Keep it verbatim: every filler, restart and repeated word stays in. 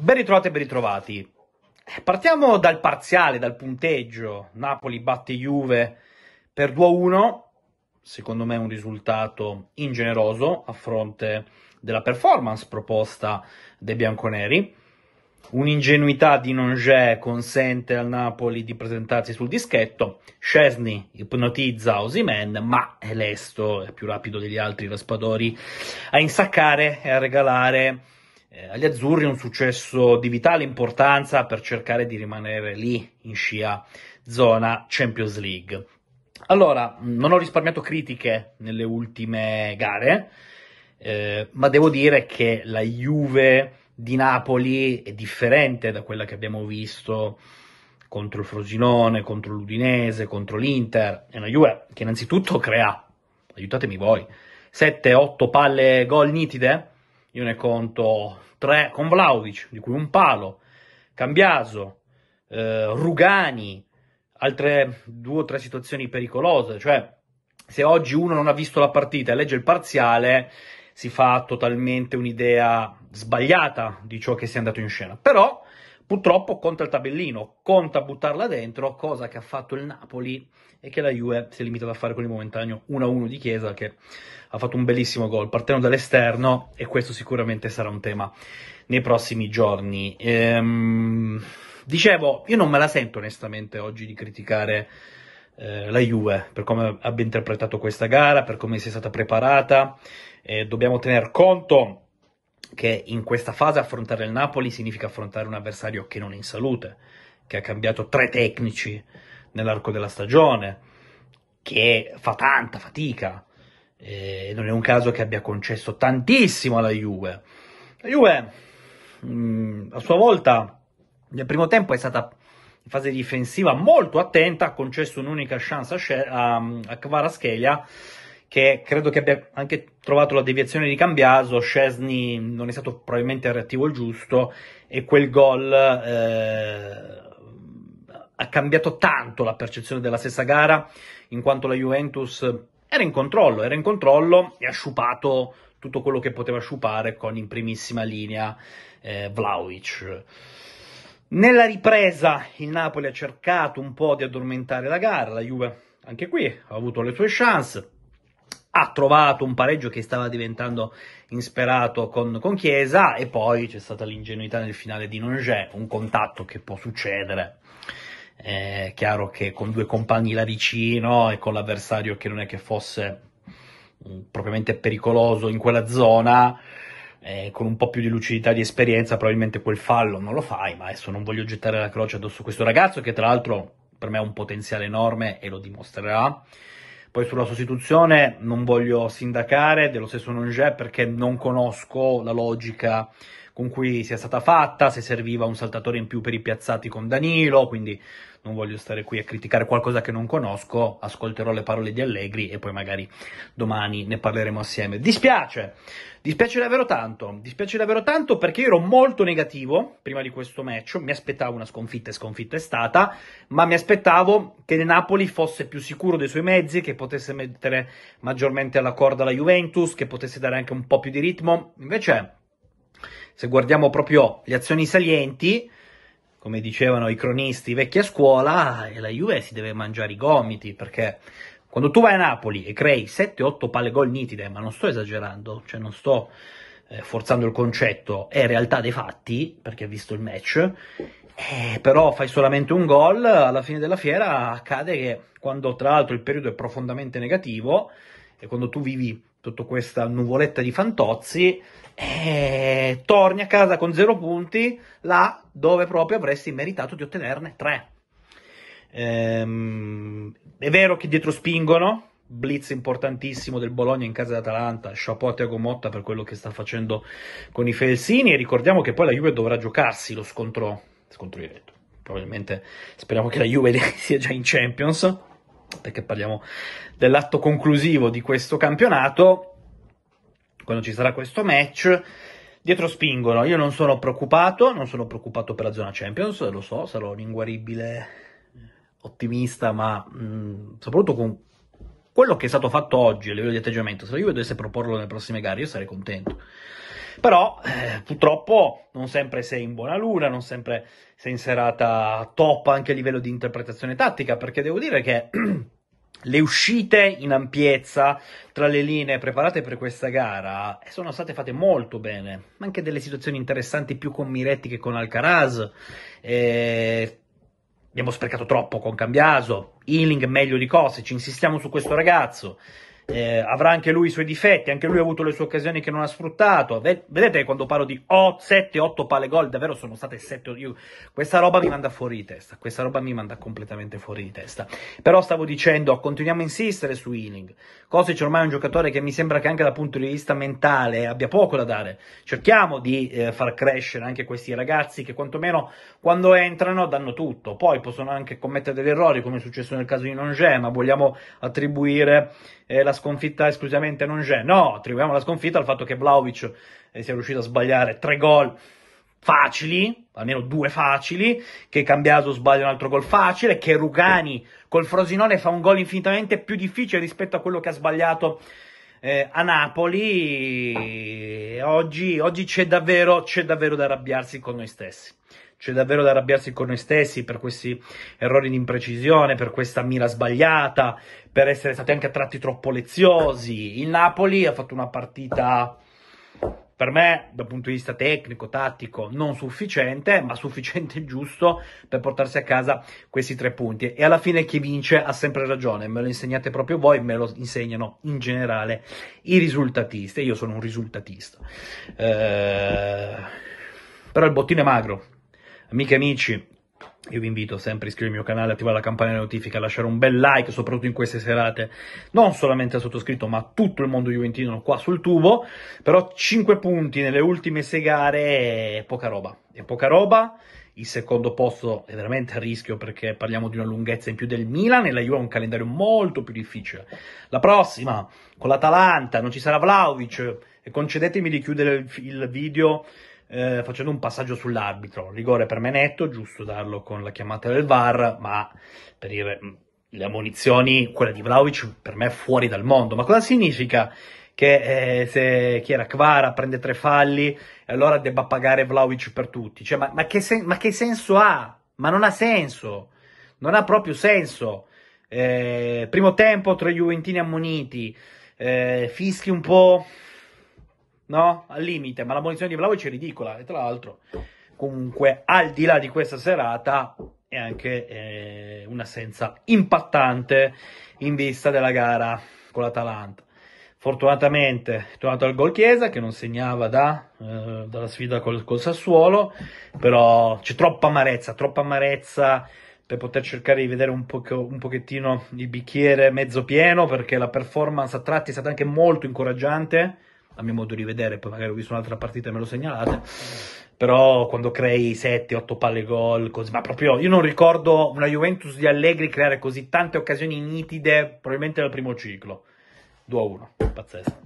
Ben ritrovati e ben ritrovati. Partiamo dal parziale, dal punteggio. Napoli batte Juve per due a uno, secondo me un risultato ingeneroso a fronte della performance proposta dai bianconeri. Un'ingenuità di Nongè consente al Napoli di presentarsi sul dischetto. Szczesny ipnotizza Osimhen, ma è lesto, è più rapido degli altri Raspadori a insaccare e a regalare eh, agli azzurri un successo di vitale importanza per cercare di rimanere lì in scia zona Champions League. Allora, non ho risparmiato critiche nelle ultime gare, eh, ma devo dire che la Juve di Napoli è differente da quella che abbiamo visto contro il Frosinone, contro l'Udinese, contro l'Inter. È una Juve che innanzitutto crea, aiutatemi voi, sette otto palle gol nitide, io ne conto tre con Vlahovic, di cui un palo, Cambiaso, eh, Rugani, altre due o tre situazioni pericolose. Cioè, se oggi uno non ha visto la partita e legge il parziale, si fa totalmente un'idea sbagliata di ciò che sia andato in scena. Però purtroppo conta il tabellino, conta buttarla dentro, cosa che ha fatto il Napoli e che la Juve si è limitata a fare con il momentaneo uno a uno di Chiesa, che ha fatto un bellissimo gol partendo dall'esterno, e questo sicuramente sarà un tema nei prossimi giorni. Ehm, dicevo, io non me la sento onestamente oggi di criticare eh, la Juve per come abbia interpretato questa gara, per come sia stata preparata. Eh, dobbiamo tener conto che in questa fase affrontare il Napoli significa affrontare un avversario che non è in salute, che ha cambiato tre tecnici nell'arco della stagione, che fa tanta fatica, e non è un caso che abbia concesso tantissimo alla Juve. La Juve, mh, a sua volta, nel primo tempo è stata in fase difensiva molto attenta, ha concesso un'unica chance a, a, a Kvaratskhelia, che credo che abbia anche trovato la deviazione di Cambiaso. Szczesny non è stato probabilmente il reattivo il giusto, e quel gol eh, ha cambiato tanto la percezione della stessa gara, in quanto la Juventus era in controllo, era in controllo e ha sciupato tutto quello che poteva sciupare con in primissima linea eh, Vlahovic. Nella ripresa il Napoli ha cercato un po' di addormentare la gara, la Juve anche qui ha avuto le sue chance, ha trovato un pareggio che stava diventando insperato con, con Chiesa, e poi c'è stata l'ingenuità nel finale di Nongè, un contatto che può succedere. È chiaro che con due compagni là vicino e con l'avversario che non è che fosse mh, propriamente pericoloso in quella zona, eh, con un po' più di lucidità e di esperienza, probabilmente quel fallo non lo fai. Ma adesso non voglio gettare la croce addosso a questo ragazzo, che tra l'altro per me ha un potenziale enorme e lo dimostrerà. Poi sulla sostituzione non voglio sindacare dello stesso Nongè, perché non conosco la logica con cui sia stata fatta, se serviva un saltatore in più per i piazzati con Danilo, quindi non voglio stare qui a criticare qualcosa che non conosco. Ascolterò le parole di Allegri e poi magari domani ne parleremo assieme. Dispiace, dispiace davvero tanto, dispiace davvero tanto perché io ero molto negativo prima di questo match, mi aspettavo una sconfitta, e sconfitta è stata, ma mi aspettavo che il Napoli fosse più sicuro dei suoi mezzi, che potesse mettere maggiormente alla corda la Juventus, che potesse dare anche un po' più di ritmo. Invece, se guardiamo proprio le azioni salienti, come dicevano i cronisti vecchi a scuola, la Juve si deve mangiare i gomiti, perché quando tu vai a Napoli e crei sette otto palle gol nitide, ma non sto esagerando, cioè non sto eh, forzando il concetto, è realtà dei fatti, perché ho visto il match, eh, però fai solamente un gol, alla fine della fiera accade che, quando tra l'altro il periodo è profondamente negativo, e quando tu vivi tutta questa nuvoletta di fantozzi, e torni a casa con zero punti, là dove proprio avresti meritato di ottenerne tre. Ehm, è vero che dietro spingono, blitz importantissimo del Bologna in casa d'Atalanta, chapeau a Thiago Motta per quello che sta facendo con i Felsini, e ricordiamo che poi la Juve dovrà giocarsi lo scontro, scontro diretto. Probabilmente speriamo che la Juve sia già in Champions, perché parliamo dell'atto conclusivo di questo campionato. Quando ci sarà questo match, dietro spingono. Io non sono preoccupato, non sono preoccupato per la zona Champions, lo so, sarò un inguaribile ottimista, ma mh, soprattutto con quello che è stato fatto oggi a livello di atteggiamento, se la Juve dovesse proporlo nelle prossime gare, io sarei contento. Però eh, purtroppo non sempre sei in buona luna, non sempre sei in serata top anche a livello di interpretazione tattica, perché devo dire che le uscite in ampiezza tra le linee preparate per questa gara sono state fatte molto bene, anche delle situazioni interessanti più con Miretti che con Alcaraz. Eh, abbiamo sprecato troppo con Cambiaso, Healing meglio di Kostic, insistiamo su questo ragazzo. Eh, avrà anche lui i suoi difetti, anche lui ha avuto le sue occasioni che non ha sfruttato. Vedete quando parlo di sette otto palle gol, davvero sono state sette. Io, questa roba mi manda fuori di testa, questa roba mi manda completamente fuori di testa. Però stavo dicendo, continuiamo a insistere su Healing. Kostic ormai è un giocatore che mi sembra che anche dal punto di vista mentale abbia poco da dare. Cerchiamo di eh, far crescere anche questi ragazzi che quantomeno quando entrano danno tutto. Poi possono anche commettere degli errori, come è successo nel caso di Nongé, ma vogliamo attribuire eh, la sconfitta esclusivamente a Nongé? No, attribuiamo la sconfitta al fatto che Vlahovic eh, sia riuscito a sbagliare tre gol facili, almeno due facili, che Cambiaso sbaglia un altro gol facile, che Rugani col Frosinone fa un gol infinitamente più difficile rispetto a quello che ha sbagliato eh, a Napoli. Oggi, oggi c'è davvero, c'è davvero da arrabbiarsi con noi stessi. C'è davvero da arrabbiarsi con noi stessi per questi errori di imprecisione, per questa mira sbagliata, per essere stati anche a tratti troppo leziosi. Il Napoli ha fatto una partita, per me, dal punto di vista tecnico, tattico, non sufficiente, ma sufficiente e giusto per portarsi a casa questi tre punti. E alla fine chi vince ha sempre ragione, me lo insegnate proprio voi, me lo insegnano in generale i risultatisti, e io sono un risultatista. Eh... Però il bottino è magro. Amiche e amici, io vi invito sempre a iscrivervi al mio canale, attivare la campanella delle notifiche, a lasciare un bel like, soprattutto in queste serate, non solamente al sottoscritto, ma a tutto il mondo juventino qua sul tubo. Però cinque punti nelle ultime sei gare è poca roba, è poca roba. Il secondo posto è veramente a rischio, perché parliamo di una lunghezza in più del Milan e la Juve ha un calendario molto più difficile. La prossima, con l'Atalanta, non ci sarà Vlahovic, e concedetemi di chiudere il, il video Eh, facendo un passaggio sull'arbitro. Rigore per me netto, giusto darlo con la chiamata del V A R, ma per dire, le ammonizioni, quella di Vlahovic per me è fuori dal mondo. Ma cosa significa? Che eh, se chi era Kvara prende tre falli e allora debba pagare Vlahovic per tutti? Cioè, ma, ma, che sen- ma che senso ha? Ma non ha senso, non ha proprio senso. Eh, primo tempo, tre juventini ammoniti, eh, fischi un po', no? Al limite, ma la munizione di Vlahovic è ridicola. E tra l'altro, comunque, al di là di questa serata, è anche eh, un'assenza impattante in vista della gara con l'Atalanta. Fortunatamente è tornato al gol Chiesa, che non segnava da, eh, dalla sfida col, col Sassuolo, però c'è troppa amarezza, troppa amarezza per poter cercare di vedere un, poco, un pochettino il bicchiere mezzo pieno, perché la performance a tratti è stata anche molto incoraggiante, a mio modo di vedere. Poi magari ho visto un'altra partita e me lo segnalate, però quando crei sette otto palle gol, così, ma proprio io non ricordo una Juventus di Allegri creare così tante occasioni nitide, probabilmente nel primo ciclo. due a uno, pazzesco.